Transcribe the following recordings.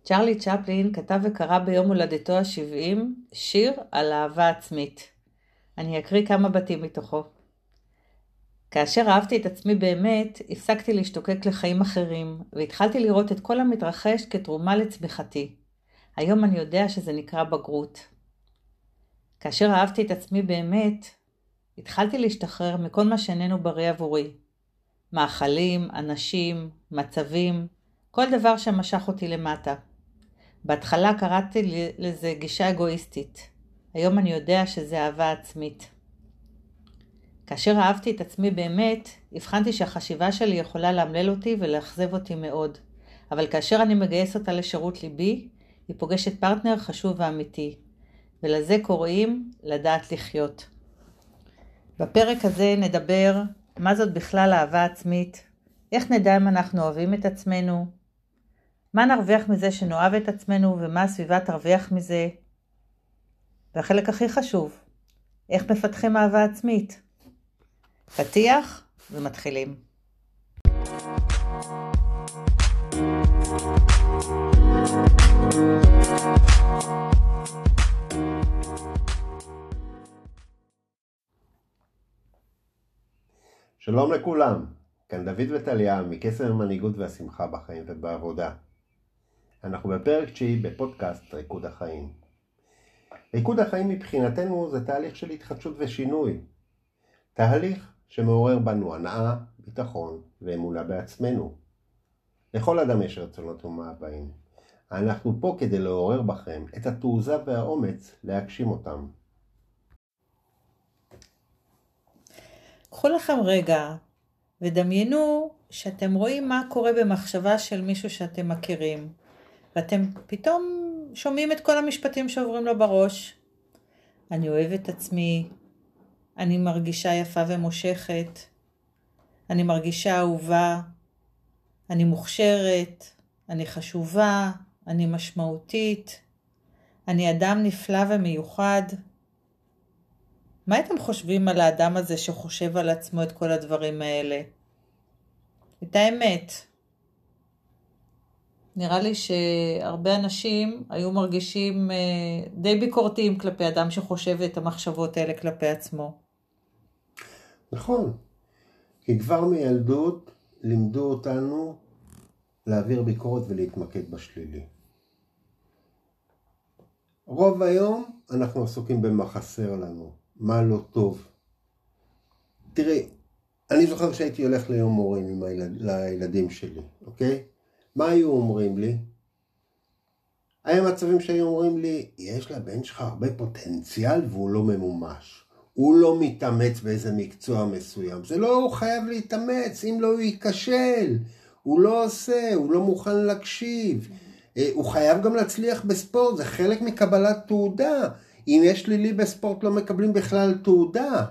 צ'רלי צ'פלין כתב וקרא ביום הולדתו ה-70 שיר על אהבה עצמית. אני אקריא כמה בתים מתוכו. כאשר אהבתי את עצמי באמת, הפסקתי להשתוקק לחיים אחרים, והתחלתי לראות את כל המתרחש כתרומה לצמיחתי. היום אני יודע שזה נקרא בגרות. כאשר אהבתי את עצמי באמת, התחלתי להשתחרר מכל מה שאיננו בריא עבורי. מאכלים, אנשים, מצבים, כל דבר שמשך אותי למטה. בהתחלה קראתי לזה גישה אגואיסטית. היום אני יודע שזה אהבה עצמית. כאשר אהבתי את עצמי באמת, הבחנתי שהחשיבה שלי יכולה להמלל אותי ולאכזב אותי מאוד. אבל כאשר אני מגייס אותה לשירות ליבי, היא פוגשת פרטנר חשוב ואמיתי. ולזה קוראים לדעת לחיות. בפרק הזה נדבר מה זאת בכלל אהבה עצמית, איך נדע אם אנחנו אוהבים את עצמנו, מה נרוויח מזה שנאהב את עצמנו ומה הסביבה תרוויח מזה, והחלק הכי חשוב, איך מפתחים אהבה עצמית. פתיח ומתחילים. שלום לכולם, כאן דוד וטליה מקסם המנהיגות והשמחה בחיים ובעבודה. אנחנו בפרק 9 בפודקאסט ריקוד החיים. ריקוד החיים מבחינתנו זה תהליך של התחדשות ושינוי. תהליך שמעורר בנו הנאה, ביטחון ואמונה בעצמנו. לכל אדם יש רצונות ומאוויים. אנחנו פה כדי לעורר בכם את התעוזה והאומץ להגשים אותם. קחו לכם רגע ודמיינו שאתם רואים מה קורה במחשבה של מישהו שאתם מכירים, ואתם פתאום שומעים את כל המשפטים שעוברים לו בראש. אני אוהב את עצמי, אני מרגישה יפה ומושכת, אני מרגישה אהובה, אני מוכשרת, אני חשובה, אני משמעותית, אני אדם נפלא ומיוחד. מה אתם חושבים על האדם הזה שחושב על עצמו את כל הדברים האלה? את האמת. נראה לי שהרבה אנשים היו מרגישים די ביקורתיים כלפי אדם שחושב את המחשבות האלה כלפי עצמו. נכון, כי כבר מילדות לימדו אותנו להעביר ביקורת ולהתמקד בשלילי. רוב היום אנחנו עסוקים במה חסר לנו, מה לא טוב. תראי, אני זוכר שהייתי הולך ליום מורים לילדים שלי, אוקיי? מה היו אומרים לי? היה מצבים שהיו אומרים לי, יש לבן שלך הרבה פוטנציאל והוא לא ממומש. הוא לא מתאמץ באיזה מקצוע מסוים. זה לא הוא חייב להתאמץ, אם לא הוא ייכשל. הוא לא עושה, הוא לא מוכן להקשיב. הוא חייב גם להצליח בספורט, זה חלק מקבלת תעודה. אם יש שלילי בספורט לא מקבלים בכלל תעודה.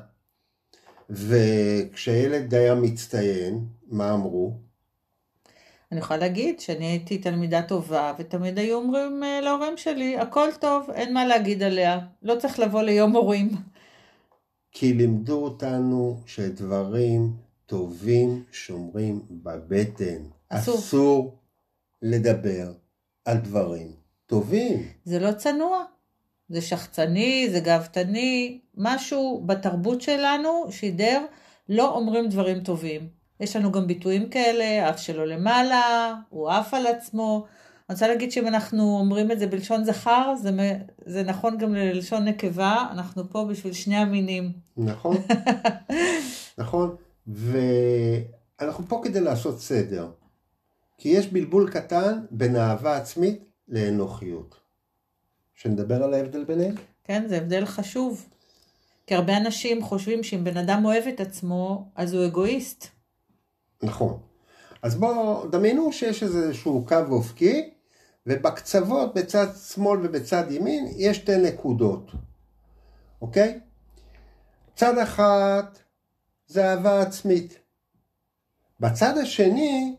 וכשילד היה מצטיין, מה אמרו? אני יכולה להגיד שאני הייתי תלמידה טובה, ותמיד היו אומרים להורים שלי, הכל טוב, אין מה להגיד עליה, לא צריך לבוא ליום מורים. כי לימדו אותנו שדברים טובים שומרים בבטן. אסור לדבר על דברים טובים. זה לא צנוע, זה שחצני, זה גאוותני, משהו בתרבות שלנו שידר לא אומרים דברים טובים. יש לנו גם ביטויים כאלה, אף שלו למעלה, הוא אף על עצמו. אני רוצה להגיד שאם אנחנו אומרים את זה בלשון זכר, זה נכון גם ללשון נקבה, אנחנו פה בשביל שני המינים. נכון, נכון, ואנחנו פה כדי לעשות סדר, כי יש בלבול קטן בין אהבה עצמית לאנוכיות. שנדבר על ההבדל ביניהם? כן, זה הבדל חשוב, כי הרבה אנשים חושבים שאם בן אדם אוהב את עצמו, אז הוא אגואיסט. נכון. אז בואו דמיינו שיש איזשהו קו אופקי, ובקצוות בצד שמאל ובצד ימין יש שתי נקודות. אוקיי? צד אחד זה אהבה עצמית. בצד השני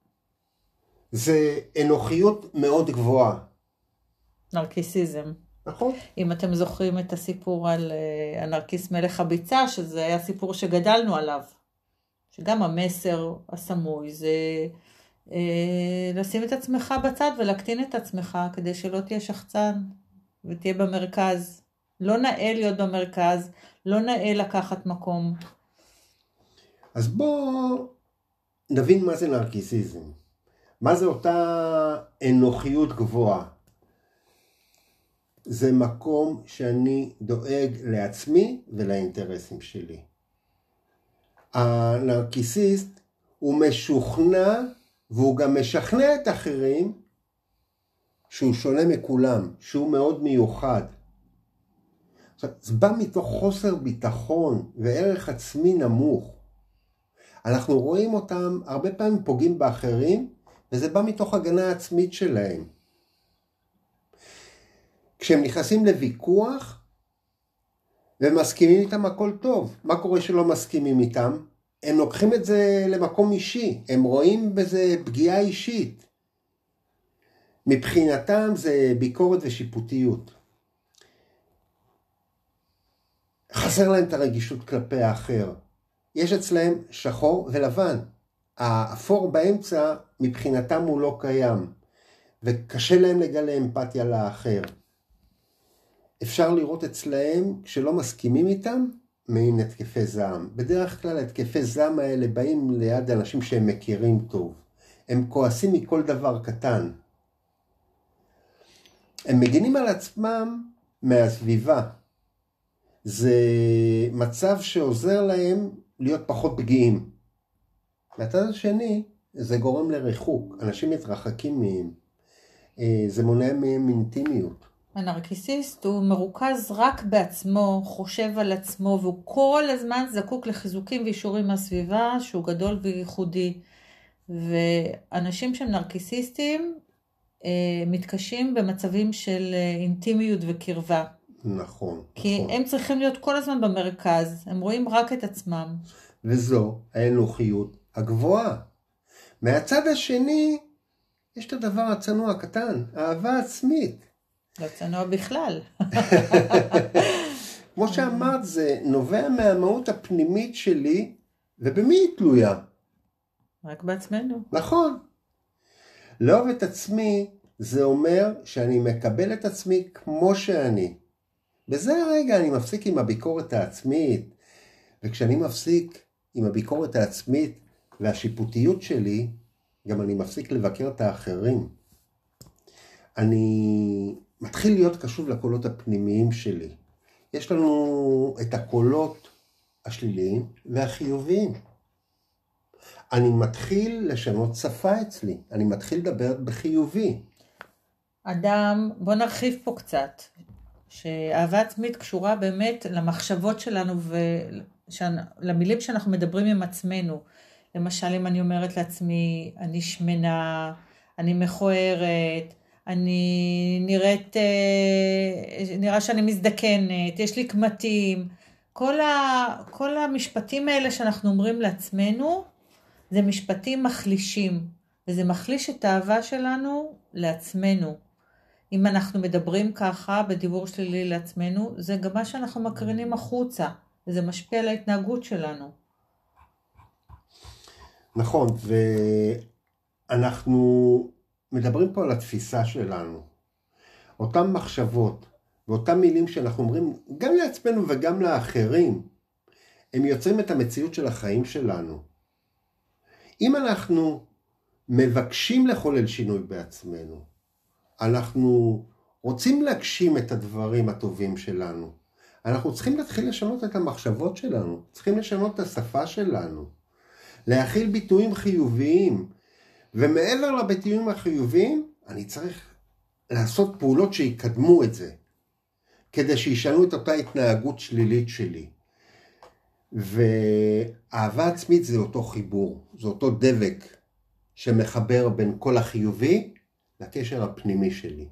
זה אנוכיות מאוד גבוהה. נרקיסיזם. נכון. אם אתם זוכרים את הסיפור על הנרקיס מלך הביצה, שזה היה סיפור שגדלנו עליו. שגם המסר הסמוי זה לשים את עצמך בצד ולהקטין את עצמך כדי שלא תהיה שחצן ותהיה במרכז. לא נאה להיות במרכז, לא נאה לקחת מקום. אז בוא נבין מה זה נרקיסיזם. מה זה אותה אנוכיות גבוהה? זה מקום שאני דואג לעצמי ולאינטרסים שלי. הנרקיסיסט הוא משוכנע, והוא גם משכנע את האחרים, שהוא שונה מכולם, שהוא מאוד מיוחד. זה בא מתוך חוסר ביטחון וערך עצמי נמוך. אנחנו רואים אותם הרבה פעמים פוגעים באחרים, וזה בא מתוך הגנה עצמית שלהם. כשהם נכנסים לוויכוח, ומסכימים איתם הכל טוב. מה קורה שלא מסכימים איתם? הם לוקחים את זה למקום אישי, הם רואים בזה פגיעה אישית. מבחינתם זה ביקורת ושיפוטיות. חסר להם את הרגישות כלפי האחר. יש אצלהם שחור ולבן. האפור באמצע מבחינתם הוא לא קיים, וקשה להם לגלה אמפתיה לאחר. אפשר לראות אצלהם, כשלא מסכימים איתם, מעין התקפי זעם. בדרך כלל התקפי זעם האלה באים ליד אנשים שהם מכירים טוב. הם כועסים מכל דבר קטן. הם מגינים על עצמם מהסביבה. זה מצב שעוזר להם להיות פחות פגיעים. מהצד השני, זה גורם לריחוק. אנשים מתרחקים מהם. זה מונע מהם אינטימיות. הנרקיסיסט הוא מרוכז רק בעצמו, חושב על עצמו, והוא כל הזמן זקוק לחיזוקים ואישורים מהסביבה, שהוא גדול וייחודי. ואנשים שהם נרקיסיסטים מתקשים במצבים של אינטימיות וקרבה. נכון. כי נכון. הם צריכים להיות כל הזמן במרכז, הם רואים רק את עצמם. וזו האנוכיות הגבוהה. מהצד השני, יש את הדבר הצנוע הקטן, אהבה עצמית. לא צנוע בכלל. כמו שאמרת, זה נובע מהמהות הפנימית שלי, ובמי היא תלויה? רק בעצמנו. נכון. לאהוב את עצמי, זה אומר שאני מקבל את עצמי כמו שאני. בזה הרגע אני מפסיק עם הביקורת העצמית, וכשאני מפסיק עם הביקורת העצמית והשיפוטיות שלי, גם אני מפסיק לבקר את האחרים. אני מתחיל להיות קשוב לקולות הפנימיים שלי. יש לנו את הקולות השליליים והחיוביים. אני מתחיל לשנות שפה אצלי. אני מתחיל לדבר בחיובי. אדם, בוא נרחיב פה קצת, שאהבה עצמית קשורה באמת למחשבות שלנו ולמילים שאנחנו מדברים עם עצמנו. למשל, אם אני אומרת לעצמי, אני שמנה, אני מכוערת, אני נראה שאני מזדקנת, יש לי קמטים. כל המשפטים האלה שאנחנו אומרים לעצמנו, זה משפטים מחלישים, וזה מחליש את האהבה שלנו לעצמנו. אם אנחנו מדברים ככה בדיבור שלילי לעצמנו, זה גם מה שאנחנו מקרינים החוצה, וזה משפיע על ההתנהגות שלנו. נכון, ואנחנו מדברים פה על התפיסה שלנו. אותן מחשבות ואותן מילים שאנחנו אומרים גם לעצמנו וגם לאחרים, הם יוצרים את המציאות של החיים שלנו. אם אנחנו מבקשים לחולל שינוי בעצמנו, אנחנו רוצים להגשים את הדברים הטובים שלנו, אנחנו צריכים להתחיל לשנות את המחשבות שלנו, צריכים לשנות את השפה שלנו, להכיל ביטויים חיוביים, ומעבר לביטויים החיוביים, אני צריך לעשות פעולות שיקדמו את זה, כדי שישנו את אותה התנהגות שלילית שלי. ואהבה עצמית זה אותו חיבור, זה אותו דבק שמחבר בין כל החיובי לקשר הפנימי שלי.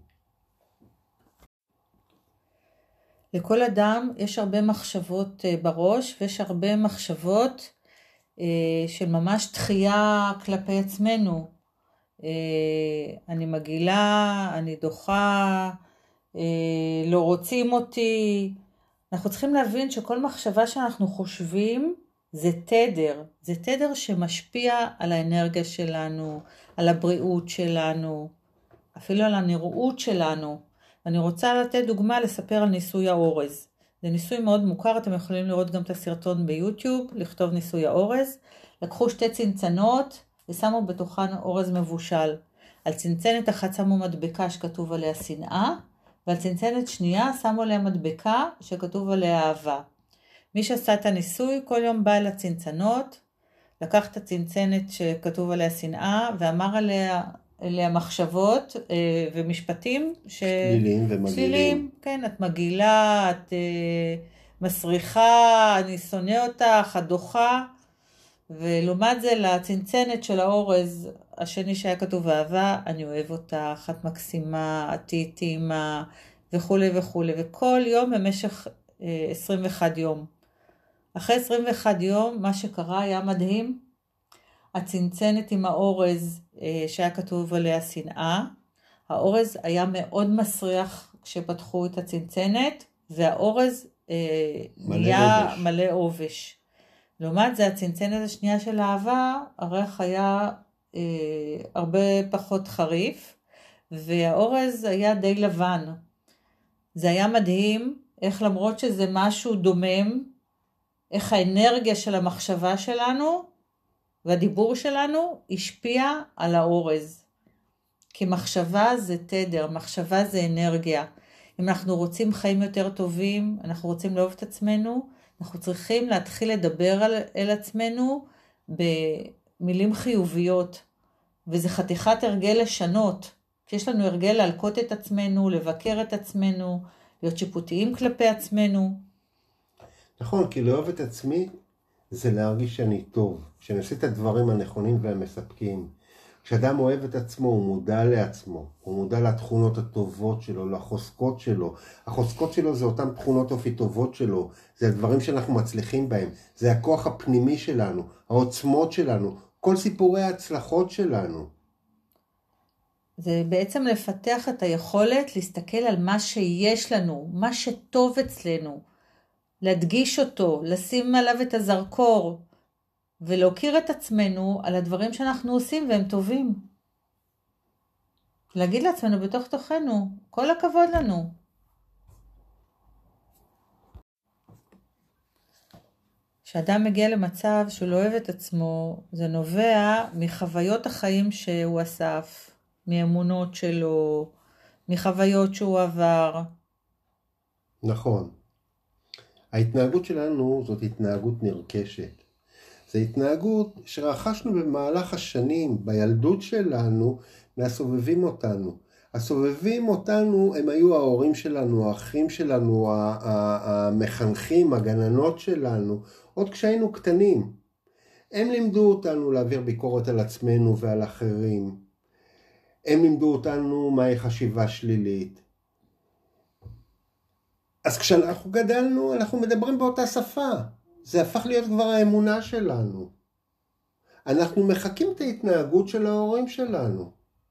לכל אדם יש הרבה מחשבות בראש, ויש הרבה מחשבות של ממש דחייה כלפי עצמנו. אני מגילה, אני דוחה, לא רוצים אותי. אנחנו צריכים להבין שכל מחשבה שאנחנו חושבים, זה תדר שמשפיע על האנרגיה שלנו, על הבריאות שלנו, אפילו על הנראות שלנו. אני רוצה לתת דוגמה לספר על ניסוי האורז. זה ניסוי מאוד מוכר, אתם יכולים לראות גם את הסרטון ביוטיוב, לכתוב ניסוי האורז. לקחו 2 צנצנות ושמו בתוכן אורז מבושל. על צנצנת אחת שמו מדבקה שכתוב עליה שנאה, ועל צנצנת שנייה שמו עליה מדבקה שכתוב עליה אהבה. מי שעשה את הניסוי כל יום בא אל הצנצנות, לקח את הצנצנת שכתוב עליה שנאה ואמר עליה מחשבות ומשפטים שליליים ומגעילים. כן, את מגעילה, את מסריחה, אני שונא אותך, את דוחה. ולעומת זה לצנצנת של האורז השני שהיה כתוב אהבה, אני אוהב אותך, את מקסימה, את אימא וכו' וכו'. וכל יום במשך 21 יום. אחרי 21 יום מה שקרה היה מדהים. הצנצנת עם האורז שהיה כתוב עליה שנאה, האורז היה מאוד מסריח כשפתחו את הצנצנת, והאורז נהיה מלא עובש. לעומת זה הצנצנת השנייה של האהבה, הריח היה הרבה פחות חריף, והאורז היה די לבן. זה היה מדהים איך למרות שזה משהו דומם, איך האנרגיה של המחשבה שלנו והדיבור שלנו השפיע על האורז. כי מחשבה זה תדר, מחשבה זה אנרגיה. אם אנחנו רוצים חיים יותר טובים, אנחנו רוצים לאהוב את עצמנו, אנחנו צריכים להתחיל לדבר אל עצמנו במילים חיוביות. וזה חתיכת הרגל לשנות. כשיש לנו הרגל להלקות את עצמנו, לבקר את עצמנו, להיות שיפוטיים כלפי עצמנו. נכון, כי לאהוב את עצמי זה להרגיש שאני טוב, שאני עושה את הדברים הנכונים והמספקים. כשאדם אוהב את עצמו, הוא מודע לעצמו, הוא מודע לתכונות הטובות שלו, לחוזקות שלו. החוזקות שלו זה אותן תכונות אופי טובות שלו, זה הדברים שאנחנו מצליחים בהם, זה הכוח הפנימי שלנו, העוצמות שלנו, כל סיפורי ההצלחות שלנו. זה בעצם לפתח את היכולת להסתכל על מה שיש לנו, מה שטוב אצלנו, להדגיש אותו, לשים עליו את הזרקור, ולהוקיר את עצמנו על הדברים שאנחנו עושים והם טובים. להגיד לעצמנו בתוך תוכנו, כל הכבוד לנו. כשאדם מגיע למצב שהוא לא אוהב את עצמו, זה נובע מחוויות החיים שהוא אסף, מאמונות שלו, מחוויות שהוא עבר. נכון. ההתנהגות שלנו זאת התנהגות נרכשת. זו התנהגות שרכשנו במהלך השנים, בילדות שלנו, מהסובבים אותנו. הסובבים אותנו הם היו ההורים שלנו, האחים שלנו, המחנכים, הגננות שלנו, עוד כשהיינו קטנים. הם לימדו אותנו להעביר ביקורת על עצמנו ועל אחרים. הם לימדו אותנו מהי חשיבה שלילית. אז כשאנחנו גדלנו, אנחנו מדברים באותה שפה. זה הפך להיות כבר האמונה שלנו. אנחנו מחקים את ההתנהגות של ההורים שלנו.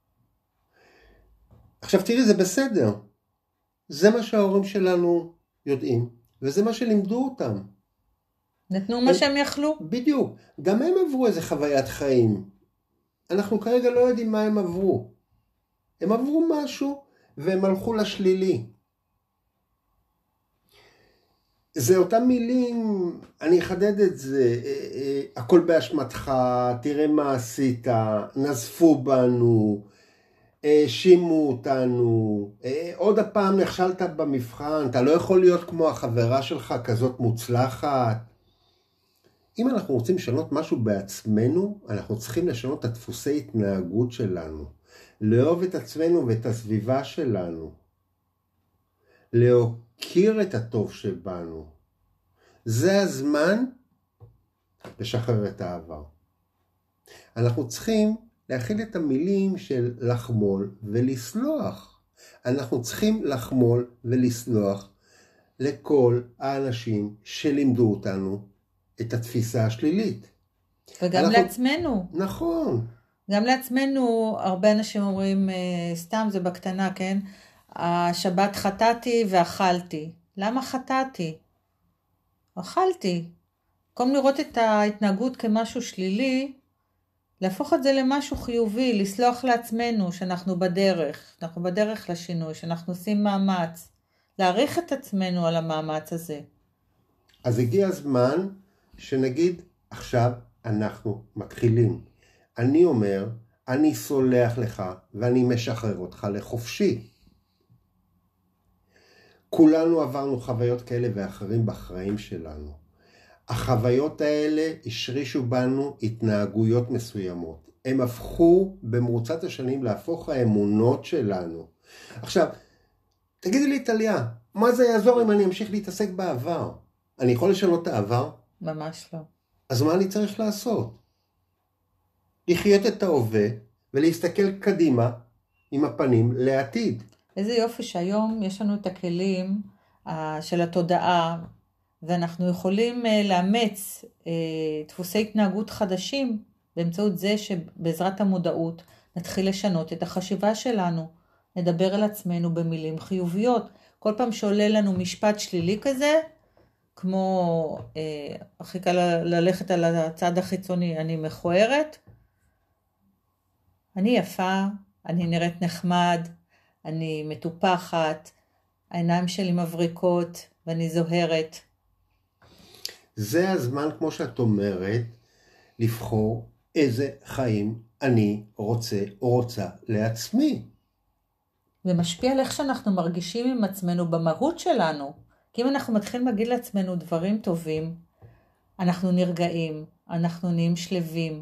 עכשיו תראי, זה בסדר. זה מה שההורים שלנו יודעים, וזה מה שלימדו אותם. נתנו מה שהם יכלו. בדיוק. גם הם עברו איזה חוויית חיים. אנחנו כרגע לא יודעים מה הם עברו. הם עברו משהו, והם הלכו לשלילי. זה אותם מילים, אני אחדד את זה, הכל באשמתך, תראה מה עשית, נזפו בנו, שימו אותנו, עוד הפעם נכשלת במבחן, אתה לא יכול להיות כמו החברה שלך כזאת מוצלחת. אם אנחנו רוצים לשנות משהו בעצמנו, אנחנו צריכים לשנות את הדפוסי התנהגות שלנו, לאהוב את עצמנו ואת הסביבה שלנו, להוקיר את הטוב שבנו. זה הזמן לשחרר את העבר. אנחנו צריכים להכיל את המילים של לחמול ולסלוח. אנחנו צריכים לחמול ולסלוח לכל האנשים שלימדו אותנו את התפיסה השלילית. וגם לעצמנו. נכון. גם לעצמנו, הרבה אנשים אומרים, סתם זה בקטנה, כן? השבת חטאתי ואכלתי. למה חטאתי? אכלתי. במקום לראות את ההתנהגות כמשהו שלילי, להפוך את זה למשהו חיובי, לסלוח לעצמנו שאנחנו בדרך לשינוי, שאנחנו עושים מאמץ, להעריך את עצמנו על המאמץ הזה. אז הגיע הזמן שנגיד, עכשיו אנחנו מתחילים. אני אומר, אני סולח לך ואני משחרר אותך לחופשי. כולנו עברנו חוויות כאלה ואחרים בחיים שלנו. החוויות האלה השרישו בנו התנהגויות מסוימות. הם הפכו במרוצת השנים להפוך האמונות שלנו. עכשיו, תגידי לי טליה, מה זה יעזור אם אני אמשיך להתעסק בעבר? אני יכול לשנות את העבר? ממש לא. אז מה אני צריך לעשות? לחיות את ההווה ולהסתכל קדימה עם הפנים לעתיד. איזה יופי שהיום יש לנו את הכלים של התודעה, ואנחנו יכולים לאמץ דפוסי התנהגות חדשים, באמצעות זה שבעזרת המודעות נתחיל לשנות את החשיבה שלנו, נדבר על עצמנו במילים חיוביות. כל פעם שעולה לנו משפט שלילי כזה, כמו הכי קל ללכת על הצד החיצוני, אני מכוערת, אני יפה, אני נראית נחמד, אני מטופחת, העיניים שלי מבריקות ואני זוהרת. זה הזמן, כמו שאת אומרת, לבחור איזה חיים אני רוצה או רוצה לעצמי. זה משפיע על איך שאנחנו מרגישים עם עצמנו במהות שלנו. כי אם אנחנו מתחילים להגיד לעצמנו דברים טובים, אנחנו נרגעים, אנחנו נהיים שלווים.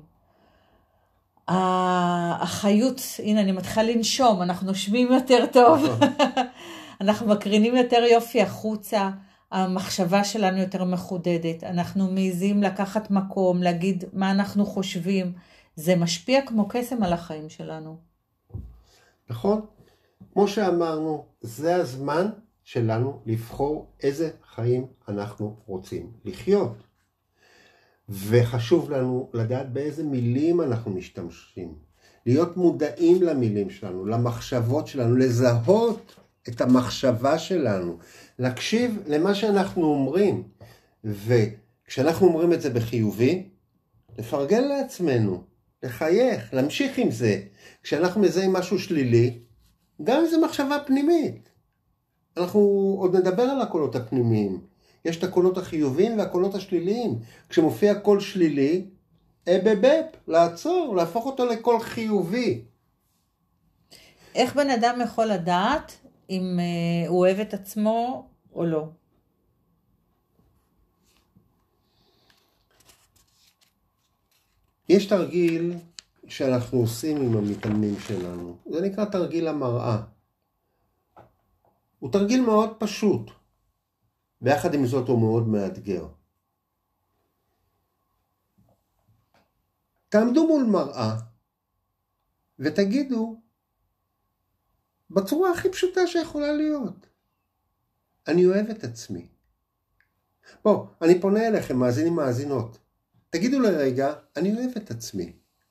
החיות, הנה אני מתחילה לנשום, אנחנו נושמים יותר טוב. אנחנו מקרינים יותר יופי החוצה, המחשבה שלנו יותר מחודדת, אנחנו מעיזים לקחת מקום, להגיד מה אנחנו חושבים, זה משפיע כמו קסם על החיים שלנו. נכון? כמו שאמרנו, זה הזמן שלנו לבחור איזה חיים אנחנו רוצים לחיות. וחשוב לנו לדעת באיזה מילים אנחנו משתמשים. להיות מודעים למילים שלנו, למחשבות שלנו, לזהות את המחשבה שלנו, להקשיב למה שאנחנו אומרים. וכשאנחנו אומרים את זה בחיובי, לפרגן לעצמנו, לחייך, להמשיך עם זה. כשאנחנו מזהים משהו שלילי, גם אם זה מחשבה פנימית. אנחנו עוד נדבר על הקולות הפנימיים. יש את הקולות החיוביים והקולות השליליים. כשמופיע קול שלילי, לעצור, להפוך אותו לקול חיובי. איך בן אדם יכול לדעת אם הוא אוהב את עצמו או לא? יש תרגיל שאנחנו עושים עם המתאמנים שלנו. זה נקרא תרגיל המראה. הוא תרגיל מאוד פשוט. ביחד עם זאת הוא מאוד מאתגר. תעמדו מול מראה ותגידו בצורה הכי פשוטה שיכולה להיות. אני אוהב את עצמי. בוא, אני פונה אליכם, מאזינים מאזינות. תגידו לרגע, אני אוהב את עצמי.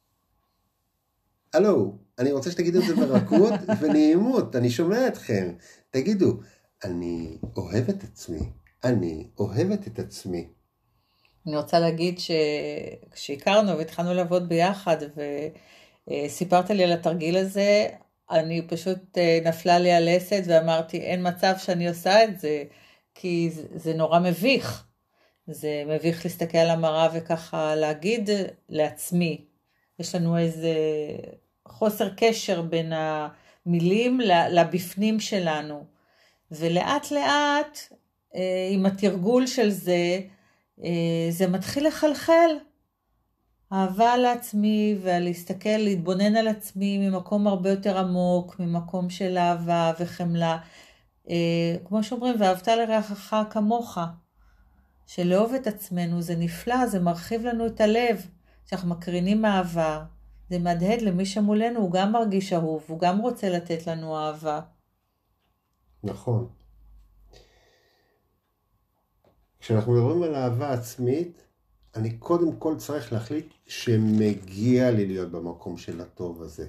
הלו, אני רוצה שתגידו את זה ברכות ונעימות, אני שומע אתכם. תגידו, אני אוהב את עצמי. אני אוהבת את עצמי. אני רוצה להגיד שכשהכרנו והתחלנו לעבוד ביחד וסיפרת לי על התרגיל הזה, אני פשוט נפלה לי הלסת ואמרתי, אין מצב שאני עושה את זה, כי זה נורא מביך. זה מביך להסתכל על המראה וככה להגיד לעצמי. יש לנו איזה חוסר קשר בין המילים לבפנים שלנו. ולאט לאט, עם התרגול של זה, זה מתחיל לחלחל. אהבה לעצמי ולהסתכל, להתבונן על עצמי ממקום הרבה יותר עמוק, ממקום של אהבה וחמלה. כמו שאומרים, ואהבת לרעך כמוך. שלאהוב את עצמנו זה נפלא, זה מרחיב לנו את הלב, שאנחנו מקרינים אהבה. זה מדהד למי שמולנו, הוא גם מרגיש אהוב, הוא גם רוצה לתת לנו אהבה. נכון. כשאנחנו מדברים על אהבה עצמית, אני קודם כל צריך להחליט שמגיע לי להיות במקום של הטוב הזה.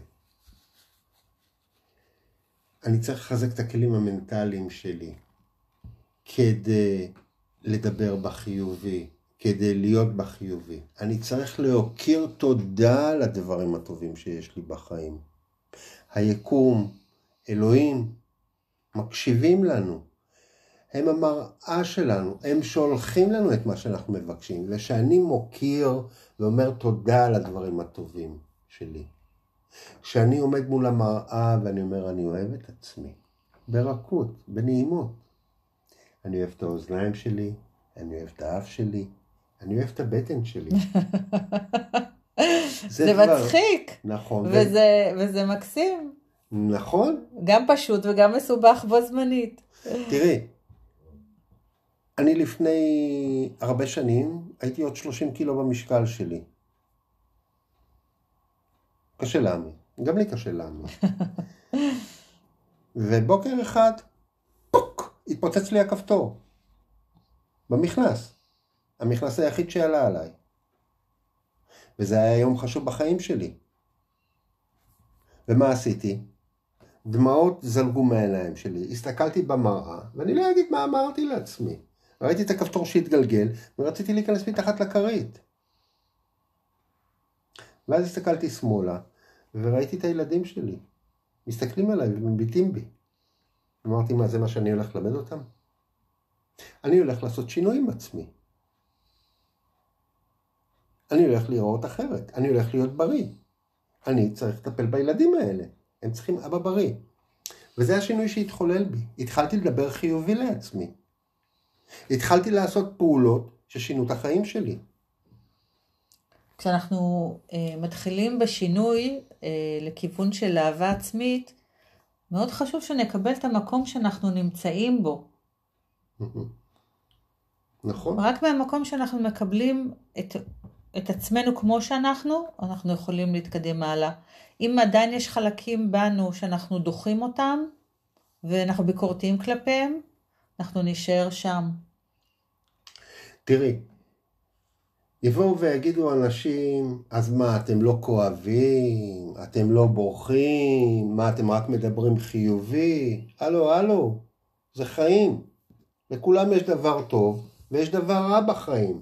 אני צריך לחזק את הכלים המנטליים שלי, כדי לדבר בחיובי, כדי להיות בחיובי. אני צריך להוקיר תודה על הדברים הטובים שיש לי בחיים. היקום, אלוהים, מקשיבים לנו. הם המראה שלנו, הם שולחים לנו את מה שאנחנו מבקשים. ושאני מוקיר ואומר תודה על הדברים הטובים שלי. כשאני עומד מול המראה ואני אומר אני אוהב את עצמי. ברכות, בנעימות. אני אוהב את האוזניים שלי, אני אוהב את האף שלי, אני אוהב את הבטן שלי. זה מצחיק. נכון. וזה מקסים. נכון. גם פשוט וגם מסובך בו זמנית. תראי, אני לפני הרבה שנים הייתי עוד 30 קילו במשקל שלי. קשה להאמין. גם לי קשה להאמין. ובוקר אחד, פוק, התפוצץ לי הכפתור. במכנס. המכנס היחיד שעלה עליי. וזה היה יום חשוב בחיים שלי. ומה עשיתי? דמעות זלגו מהעיניים שלי. הסתכלתי במראה, ואני לא אגיד מה אמרתי לעצמי. ראיתי את הכפתור שהתגלגל, ורציתי להיכנס מתחת לכרית. ואז הסתכלתי שמאלה, וראיתי את הילדים שלי. מסתכלים עליי ומביטים בי. אמרתי, מה זה מה שאני הולך ללמד אותם? אני הולך לעשות שינוי עם עצמי. אני הולך לראות אחרת. אני הולך להיות בריא. אני צריך לטפל בילדים האלה. הם צריכים אבא בריא. וזה השינוי שהתחולל בי. התחלתי לדבר חיובי לעצמי. התחלתי לעשות פעולות ששינו את החיים שלי. כשאנחנו מתחילים בשינוי לכיוון של אהבה עצמית, מאוד חשוב שנקבל את המקום שאנחנו נמצאים בו. נכון. רק מהמקום שאנחנו מקבלים את עצמנו כמו שאנחנו יכולים להתקדם הלאה. אם עדיין יש חלקים בנו שאנחנו דוחים אותם, ואנחנו ביקורתיים כלפיהם, אנחנו נשאר שם. תראי, יבואו ויגידו אנשים, אז מה, אתם לא כואבים, אתם לא בורחים, מה, אתם רק מדברים חיובי? הלו, זה חיים. לכולם יש דבר טוב, ויש דבר רע בחיים.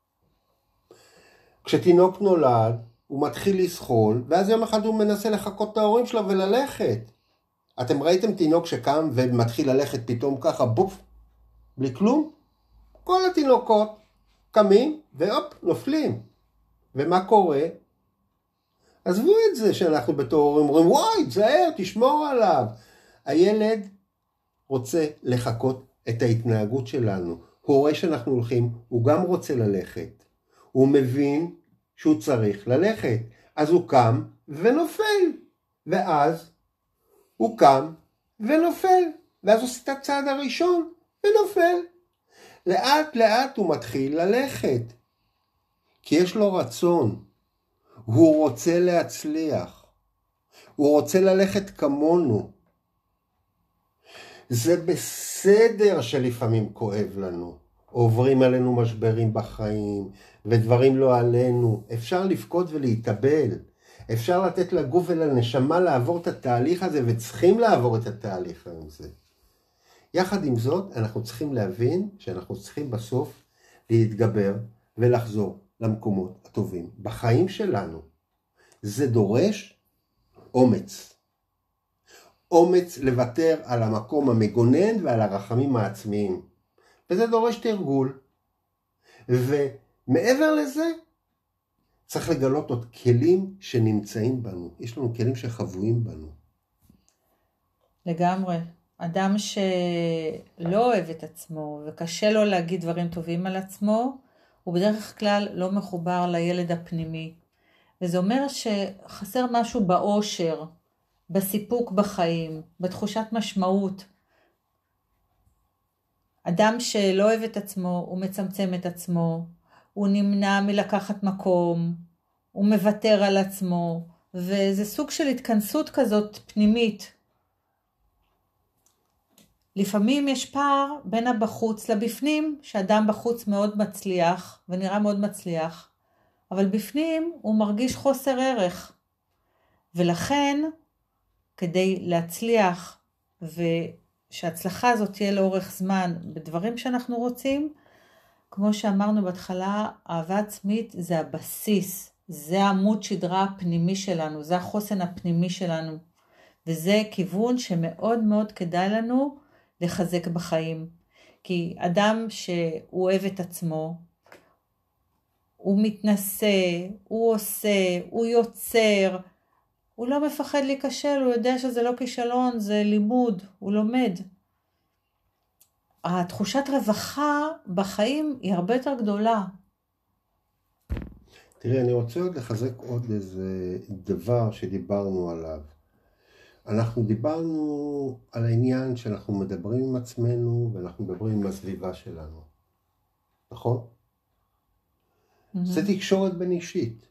כשתינוק נולד, הוא מתחיל לסחול, ואז יום אחד הוא מנסה לחכות את ההורים שלו וללכת. אתם ראיתם תינוק שקם ומתחיל ללכת פתאום ככה, בוף, בלי כלום? כל התינוקות קמים והופ, נופלים. ומה קורה? עזבו את זה שאנחנו בתור הורים אומרים, וואי, תזהר, תשמור עליו. הילד רוצה לחכות את ההתנהגות שלנו. הוא רואה שאנחנו הולכים, הוא גם רוצה ללכת. הוא מבין שהוא צריך ללכת. אז הוא קם ונופל. ואז הוא קם ונופל. ואז עושה את הצעד הראשון ונופל. לאט לאט הוא מתחיל ללכת. כי יש לו רצון. הוא רוצה להצליח. הוא רוצה ללכת כמונו. זה בסדר שלפעמים כואב לנו. עוברים עלינו משברים בחיים, ודברים לא עלינו. אפשר לבכות ולהתאבל. אפשר לתת לגוף ולנשמה לעבור את התהליך הזה, וצריכים לעבור את התהליך הזה. יחד עם זאת, אנחנו צריכים להבין שאנחנו צריכים בסוף להתגבר ולחזור למקומות הטובים בחיים שלנו. זה דורש אומץ. אומץ לוותר על המקום המגונן ועל הרחמים העצמיים. וזה דורש תרגול. ומעבר לזה, צריך לגלות עוד כלים שנמצאים בנו. יש לנו כלים שחבויים בנו. לגמרי. אדם שלא אוהב את עצמו וקשה לו להגיד דברים טובים על עצמו, הוא בדרך כלל לא מחובר לילד הפנימי. וזה אומר שחסר משהו באושר, בסיפוק בחיים, בתחושת משמעות. אדם שלא אוהב את עצמו, הוא מצמצם את עצמו, הוא נמנע מלקחת מקום, הוא מוותר על עצמו, וזה סוג של התכנסות כזאת פנימית. לפעמים יש פער בין הבחוץ לבפנים, שאדם בחוץ מאוד מצליח, ונראה מאוד מצליח, אבל בפנים הוא מרגיש חוסר ערך. ולכן, כדי להצליח, ושההצלחה הזאת תהיה לאורך זמן בדברים שאנחנו רוצים, כמו שאמרנו בהתחלה, אהבה עצמית זה הבסיס, זה עמוד שדרה הפנימי שלנו, זה החוסן הפנימי שלנו, וזה כיוון שמאוד מאוד כדאי לנו לחזק בחיים. כי אדם שהוא אוהב את עצמו, הוא מתנסה, הוא עושה, הוא יוצר, הוא לא מפחד להיכשל, הוא יודע שזה לא כישלון, זה לימוד, הוא לומד. התחושת רווחה בחיים היא הרבה יותר גדולה. תראי, אני רוצה עוד לחזק עוד איזה דבר שדיברנו עליו. אנחנו דיברנו על העניין שאנחנו מדברים עם עצמנו ואנחנו מדברים עם הסביבה שלנו. נכון? זה תקשורת בין אישית.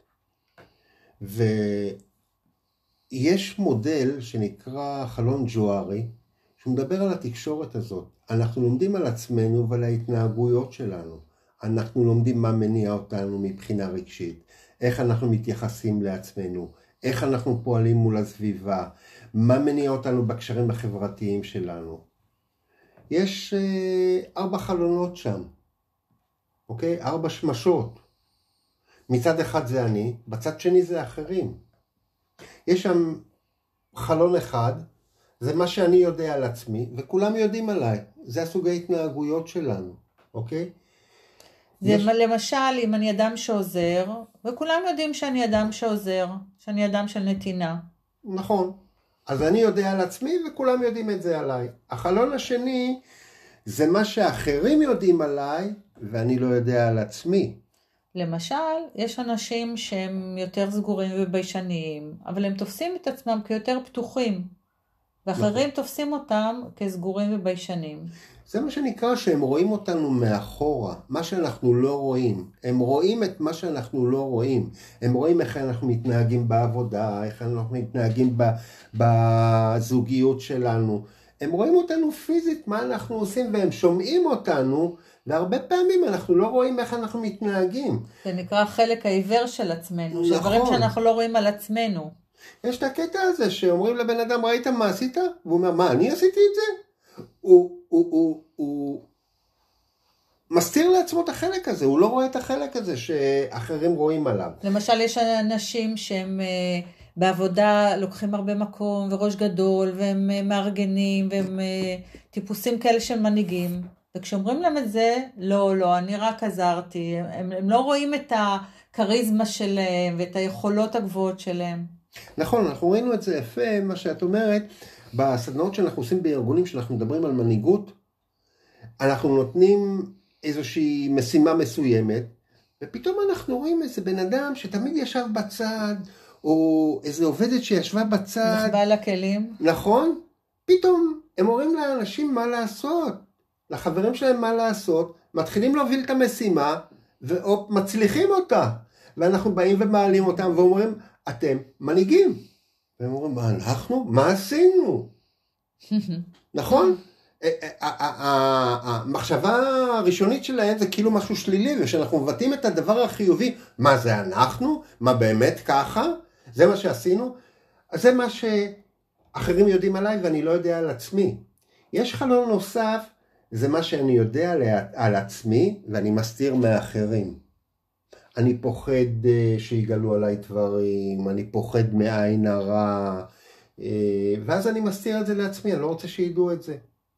ויש מודל שנקרא חלון ג'וארי, שהוא מדבר על התקשורת הזאת. אנחנו לומדים על עצמנו ועל ההתנהגויות שלנו. אנחנו לומדים מה מניע אותנו מבחינה רגשית, איך אנחנו מתייחסים לעצמנו, איך אנחנו פועלים מול הסביבה, מה מניע אותנו בקשרים החברתיים שלנו. יש 4 חלונות שם, אוקיי? 4 שמשות. מצד אחד זה אני, בצד שני זה אחרים. יש שם חלון אחד, זה מה שאני יודע על עצמי, וכולם יודעים עליי. זה הסוג ההתנהגויות שלנו, אוקיי? זה למשל, אם אני אדם שעוזר, וכולם יודעים שאני אדם שעוזר, שאני אדם של נתינה. נכון. אז אני יודע על עצמי, וכולם יודעים את זה עליי. החלון השני, זה מה שאחרים יודעים עליי, ואני לא יודע על עצמי. למשל, יש אנשים שהם יותר סגורים וביישניים, אבל הם תופסים את עצמם כיותר פתוחים, ואחרים נכון. תופסים אותם כסגורים וביישנים. זה מה שנקרא שהם רואים אותנו מאחורה, מה שאנחנו לא רואים. הם רואים את מה שאנחנו לא רואים. הם רואים איך אנחנו מתנהגים בעבודה, איך אנחנו מתנהגים בזוגיות שלנו. הם רואים אותנו פיזית, מה אנחנו עושים, והם שומעים אותנו, והרבה פעמים אנחנו לא רואים איך אנחנו מתנהגים. זה נקרא חלק העיוור של עצמנו, נכון. שדברים שאנחנו לא רואים על עצמנו. יש את הקטע הזה שאומרים לבן אדם, ראית מה עשית? והוא אומר, מה, אני עשיתי את זה? הוא מסתיר לעצמו את החלק הזה, הוא לא רואה את החלק הזה שאחרים רואים עליו. למשל, יש אנשים שהם בעבודה לוקחים הרבה מקום וראש גדול, והם מארגנים, והם טיפוסים כאלה של מנהיגים. וכשאומרים להם את זה, לא, אני רק עזרתי. הם לא רואים את הקריזמה שלהם ואת היכולות הגבוהות שלהם. נכון, אנחנו ראינו את זה יפה, מה שאת אומרת, בסדנאות שאנחנו עושים בארגונים, שאנחנו מדברים על מנהיגות, אנחנו נותנים איזושהי משימה מסוימת, ופתאום אנחנו רואים איזה בן אדם שתמיד ישב בצד, או איזה עובדת שישבה בצד. נחבא לכלים. נכון? פתאום הם אומרים לאנשים מה לעשות, לחברים שלהם מה לעשות, מתחילים להוביל את המשימה, ומצליחים אותה. ואנחנו באים ומעלים אותם ואומרים, אתם מנהיגים. והם אומרים, מה אנחנו? מה עשינו? נכון? המחשבה הראשונית שלהם זה כאילו משהו שלילי, ושאנחנו מבטאים את הדבר החיובי, מה זה אנחנו? מה באמת ככה? זה מה שעשינו? אז זה מה שאחרים יודעים עליי ואני לא יודע על עצמי. יש חלון נוסף, זה מה שאני יודע על עצמי ואני מסתיר מאחרים. אני פוחד שיגלו עליי דברים, אני פוחד מעין הרע, ואז אני מסתיר את זה לעצמי, אני לא רוצה שידעו את זה.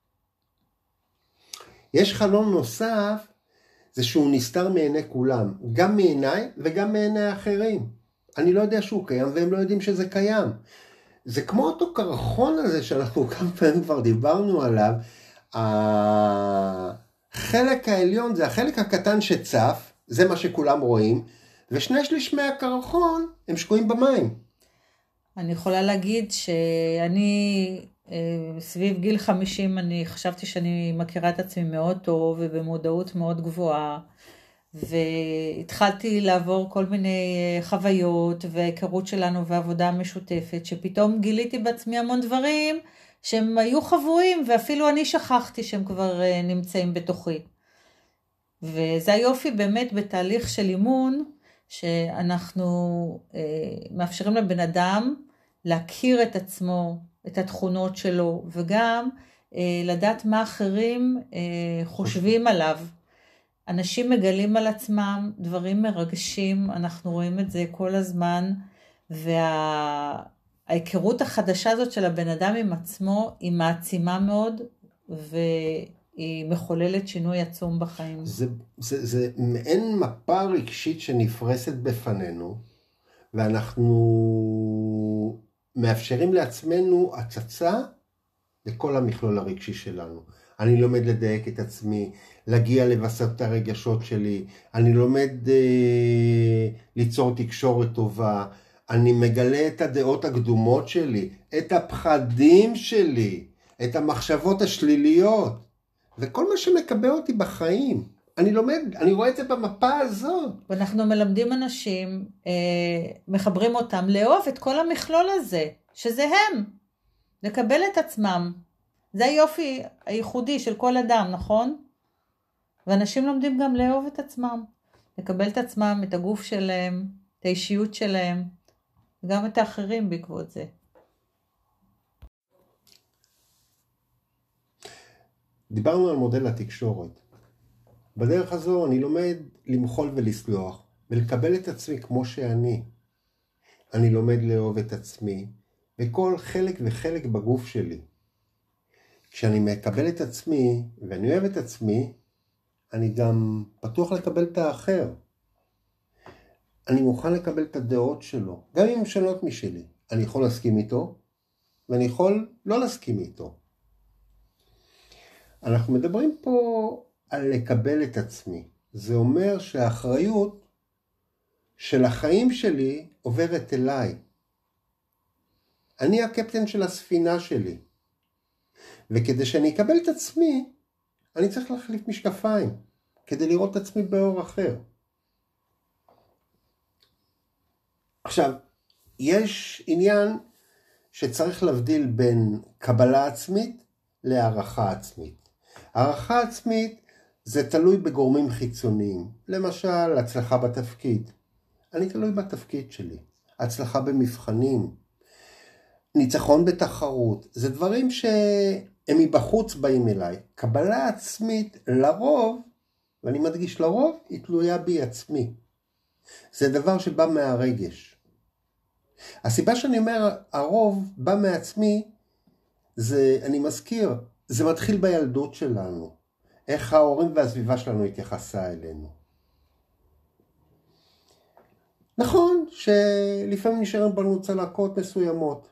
יש חלון נוסף, זה שהוא נסתר מעיני כולם, גם מעיניי וגם מעיני האחרים. אני לא יודע שהוא קיים והם לא יודעים שזה קיים. זה כמו אותו קרחון הזה שאנחנו כמה פעמים כבר דיברנו עליו, החלק העליון זה החלק הקטן שצף, זה מה שכולם רואים, ושני שליש מהקרחון הם שקועים במים. אני יכולה להגיד שאני סביב גיל 50 אני חשבתי שאני מכירה את עצמי מאוד טוב ובמודעות מאוד גבוהה, והתחלתי לעבור כל מיני חוויות והיכרות שלנו ועבודה משותפת, שפתאום גיליתי בעצמי המון דברים שהם היו חבויים ואפילו אני שכחתי שהם כבר נמצאים בתוכי. וזה היופי באמת בתהליך של אימון, שאנחנו מאפשרים לבן אדם להכיר את עצמו, את התכונות שלו, וגם לדעת מה אחרים חושבים עליו. אנשים מגלים על עצמם דברים מרגשים, אנחנו רואים את זה כל הזמן, וההיכרות החדשה הזאת של הבן אדם עם עצמו היא מעצימה מאוד, והיא מחוללת שינוי עצום בחיים. זה מעין מפה רגשית שנפרסת בפנינו, ואנחנו מאפשרים לעצמנו הצצה לכל המכלול הרגשי שלנו. אני לומד לדייק את עצמי, להגיע לבסס את הרגשות שלי, אני לומד ליצור תקשורת טובה, אני מגלה את הדעות הקדומות שלי, את הפחדים שלי, את המחשבות השליליות, וכל מה שמקבע אותי בחיים. אני לומד, אני רואה את זה במפה הזאת. ואנחנו מלמדים אנשים, מחברים אותם לאהוב את כל המכלול הזה, שזה הם, לקבל את עצמם. זה היופי הייחודי של כל אדם, נכון? ואנשים לומדים גם לאהוב את עצמם, לקבל את עצמם, את הגוף שלהם, את האישיות שלהם, וגם את האחרים בעקבות זה. דיברנו על מודל התקשורת. בדרך הזו אני לומד למחול ולסלוח, ולקבל את עצמי כמו שאני. אני לומד לאהוב את עצמי, וכל חלק וחלק בגוף שלי. כשאני מקבל את עצמי, ואני אוהב את עצמי, אני גם פתוח לקבל את האחר. אני מוכן לקבל את הדעות שלו, גם אם הן שונות משלי. אני יכול להסכים איתו, ואני יכול לא להסכים איתו. אנחנו מדברים פה על לקבל את עצמי. זה אומר שהאחריות של החיים שלי עוברת אליי. אני הקפטן של הספינה שלי. וכדי שאני אקבל את עצמי, אני צריך להחליף משקפיים, כדי לראות את עצמי באור אחר. עכשיו, יש עניין שצריך להבדיל בין קבלה עצמית להערכה עצמית. הערכה עצמית זה תלוי בגורמים חיצוניים. למשל, הצלחה בתפקיד. אני תלוי בתפקיד שלי. הצלחה במבחנים. ניצחון בתחרות. זה דברים שהם מבחוץ באים אליי. קבלה עצמית לרוב, ואני מדגיש לרוב, היא תלויה בי עצמי. זה דבר שבא מהרגש. הסיבה שאני אומר הרוב בא מעצמי, זה, אני מזכיר, זה מתחיל בילדות שלנו. איך ההורים והסביבה שלנו התייחסה אלינו. נכון שלפעמים נשארים בנו צלקות מסוימות.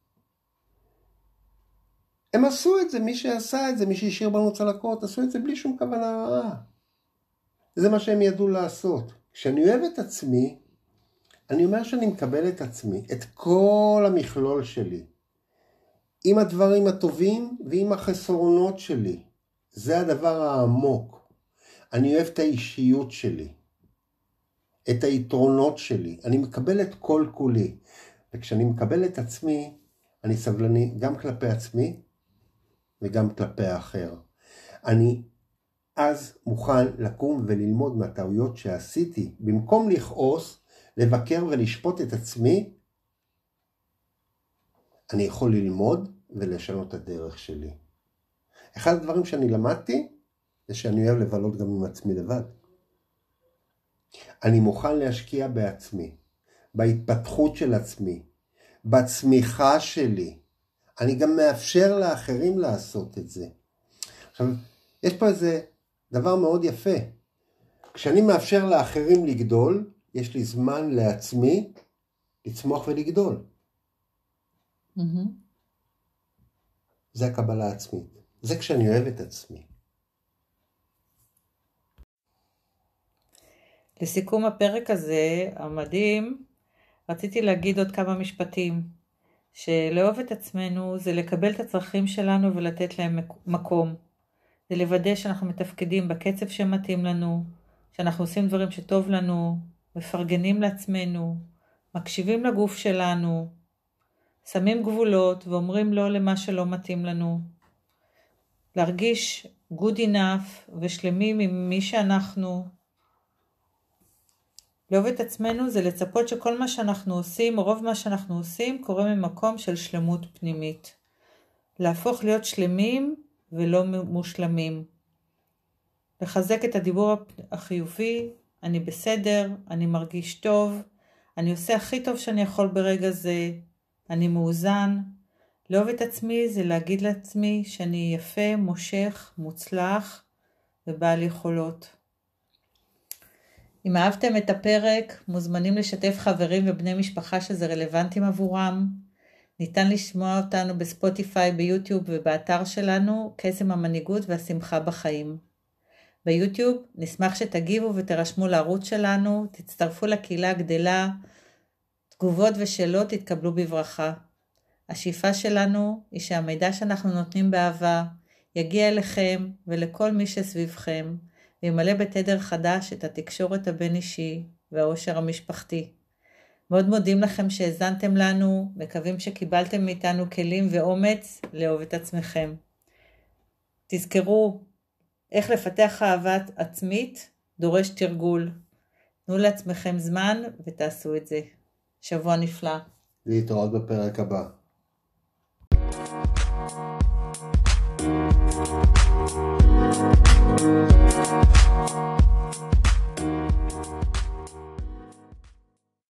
הם עשו את זה, מי שעשה את זה, מי שהשאיר בנו צלקות, עשו את זה בלי שום כוונה רעה. זה מה שהם ידעו לעשות. כשאני אוהב את עצמי, אני אומר שאני מקבל את עצמי, את כל המכלול שלי, עם הדברים הטובים ועם החסרונות שלי. זה הדבר העמוק. אני אוהב את האישיות שלי, את היתרונות שלי. אני מקבל את כל כולי. וכשאני מקבל את עצמי, אני סבלני גם כלפי עצמי וגם כלפי האחר. אני אז מוכן לקום וללמוד מהטעויות שעשיתי. במקום לכעוס, לבקר ולשפוט את עצמי, אני יכול ללמוד ולשנות את הדרך שלי. אחד הדברים שאני למדתי, זה שאני אוהב לבלות גם עם עצמי לבד. אני מוכן להשקיע בעצמי, בהתפתחות של עצמי, בצמיחה שלי. אני גם מאפשר לאחרים לעשות את זה. עכשיו, יש פה איזה דבר מאוד יפה. כשאני מאפשר לאחרים לגדול, יש לי זמן לעצמי לצמוח ולגדול. זה הקבלה העצמית. זה כשאני אוהב את עצמי. לסיכום הפרק הזה, המדהים, רציתי להגיד עוד כמה משפטים. שלאהוב את עצמנו זה לקבל את הצרכים שלנו ולתת להם מקום. זה לוודא שאנחנו מתפקדים בקצב שמתאים לנו, שאנחנו עושים דברים שטוב לנו, מפרגנים לעצמנו, מקשיבים לגוף שלנו, שמים גבולות ואומרים לא למה שלא מתאים לנו. להרגיש good enough ושלמים עם מי שאנחנו. לאהוב את עצמנו זה לצפות שכל מה שאנחנו עושים, או רוב מה שאנחנו עושים, קורה ממקום של שלמות פנימית. להפוך להיות שלמים ולא מושלמים. לחזק את הדיבור החיובי, אני בסדר, אני מרגיש טוב, אני עושה הכי טוב שאני יכול ברגע זה, אני מאוזן. לאהוב את עצמי זה להגיד לעצמי שאני יפה, מושך, מוצלח ובעל יכולות. אם אהבתם את הפרק, מוזמנים לשתף חברים ובני משפחה שזה רלוונטיים עבורם. ניתן לשמוע אותנו בספוטיפיי, ביוטיוב ובאתר שלנו, קסם המנהיגות והשמחה בחיים. ביוטיוב נשמח שתגיבו ותרשמו לערוץ שלנו, תצטרפו לקהילה הגדלה, תגובות ושאלות תתקבלו בברכה. השאיפה שלנו היא שהמידע שאנחנו נותנים באהבה יגיע אליכם ולכל מי שסביבכם, וימלא בתדר חדש את התקשורת הבין אישי והאושר המשפחתי. מאוד מודים לכם שהזנתם לנו, מקווים שקיבלתם מאיתנו כלים ואומץ לאהוב את עצמכם. תזכרו, איך לפתח אהבה עצמית דורש תרגול. תנו לעצמכם זמן ותעשו את זה. שבוע נפלא. להתראות בפרק הבא.